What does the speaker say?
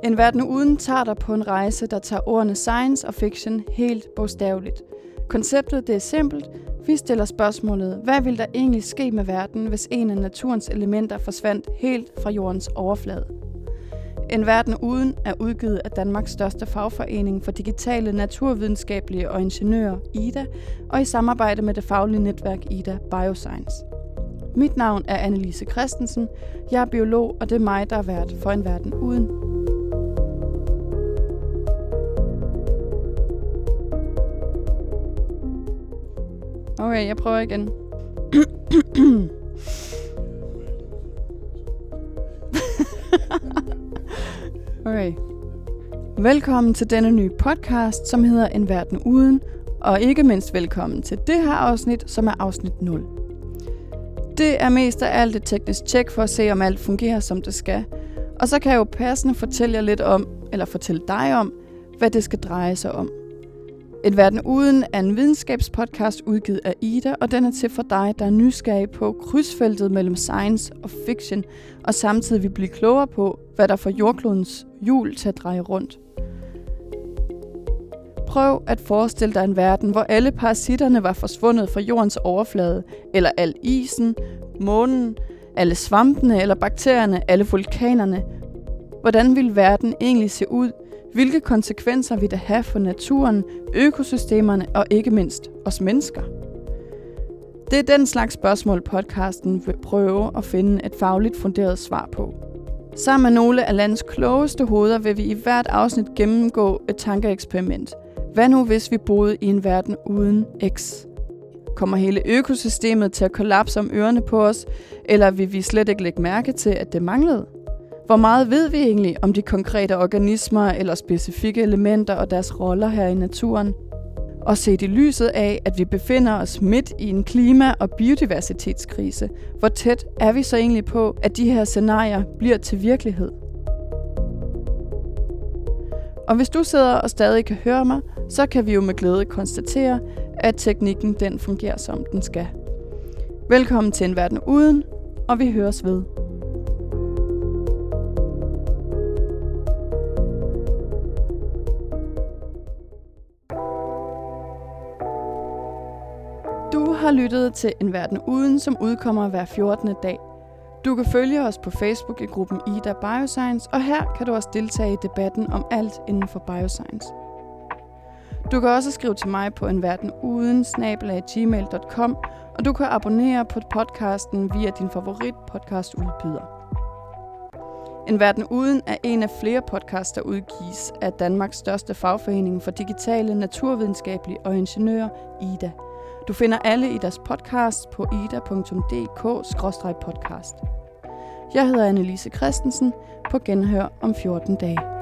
En verden uden tager dig på en rejse, der tager ordene science og fiction helt bogstaveligt. Konceptet det er simpelt. Vi stiller spørgsmålet, hvad vil der egentlig ske med verden, hvis en af naturens elementer forsvandt helt fra jordens overflade? En verden uden er udgivet af Danmarks største fagforening for digitale, naturvidenskabelige og ingeniører, IDA, og i samarbejde med det faglige netværk IDA Bioscience. Mit navn er Annelise Christensen. Jeg er biolog, og det er mig, der er vært for En verden uden. Okay, jeg prøver igen. Okay. Velkommen til denne nye podcast, som hedder En verden uden, og ikke mindst velkommen til det her afsnit, som er afsnit 0. Det er mest af alt et teknisk tjek for at se, om alt fungerer, som det skal. Og så kan jeg jo passende fortælle dig om, hvad det skal dreje sig om. En verden uden er en videnskabspodcast udgivet af IDA, og den er til for dig, der er nysgerrig på krydsfeltet mellem science og fiction, og samtidig vil blive klogere på, hvad der får jordklodens hjul til at dreje rundt. Prøv at forestille dig en verden, hvor alle parasitterne var forsvundet fra jordens overflade, eller al isen, månen, alle svampene eller bakterierne, alle vulkanerne. Hvordan ville verden egentlig se ud? Hvilke konsekvenser vil det have for naturen, økosystemerne og ikke mindst os mennesker? Det er den slags spørgsmål, podcasten vil prøve at finde et fagligt funderet svar på. Sammen med nogle af landets klogeste hoveder vil vi i hvert afsnit gennemgå et tankeeksperiment. Hvad nu, hvis vi boede i en verden uden X? Kommer hele økosystemet til at kollapse om ørerne på os, eller vil vi slet ikke lægge mærke til, at det manglede? Hvor meget ved vi egentlig om de konkrete organismer eller specifikke elementer og deres roller her i naturen? Og set i lyset af, at vi befinder os midt i en klima- og biodiversitetskrise, hvor tæt er vi så egentlig på, at de her scenarier bliver til virkelighed? Og hvis du sidder og stadig kan høre mig, så kan vi jo med glæde konstatere, at teknikken den fungerer som den skal. Velkommen til En verden uden, og vi høres ved. Du har lyttet til En verden uden, som udkommer hver 14. dag. Du kan følge os på Facebook i gruppen IDA Bioscience, og her kan du også deltage i debatten om alt inden for bioscience. Du kan også skrive til mig på enverdenuden@gmail.com, og du kan abonnere på podcasten via din favorit podcastudbyder. En verden uden er en af flere podcasts, der udgives af Danmarks største fagforening for digitale, naturvidenskabelige og ingeniører, IDA. Du finder alle IDAs podcast på ida.dk/podcast. Jeg hedder Annelise Christensen. På genhør om 14 dage.